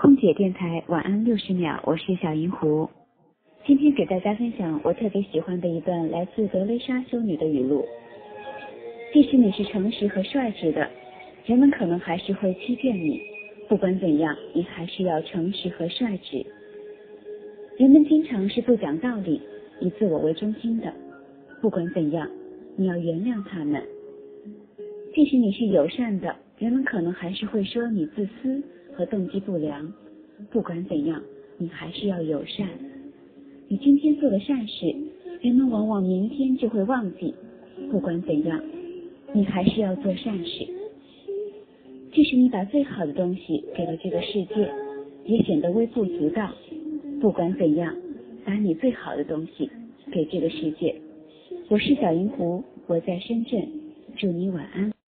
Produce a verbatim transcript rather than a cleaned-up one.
空姐电台晚安六十秒，我是小银狐。今天给大家分享我特别喜欢的一段来自德蕾莎修女的语录。即使你是诚实和率直的，人们可能还是会欺骗你，不管怎样，你还是要诚实和率直。人们经常是不讲道理，以自我为中心的，不管怎样，你要原谅他们。即使你是友善的，人们可能还是会说你自私和动机不良，不管怎样，你还是要友善。你今天做的善事，人们往往明天就会忘记，不管怎样，你还是要做善事。即使你把最好的东西给了这个世界，也显得微不足道，不管怎样，把你最好的东西给这个世界。我是小银狐，我在深圳，祝你晚安。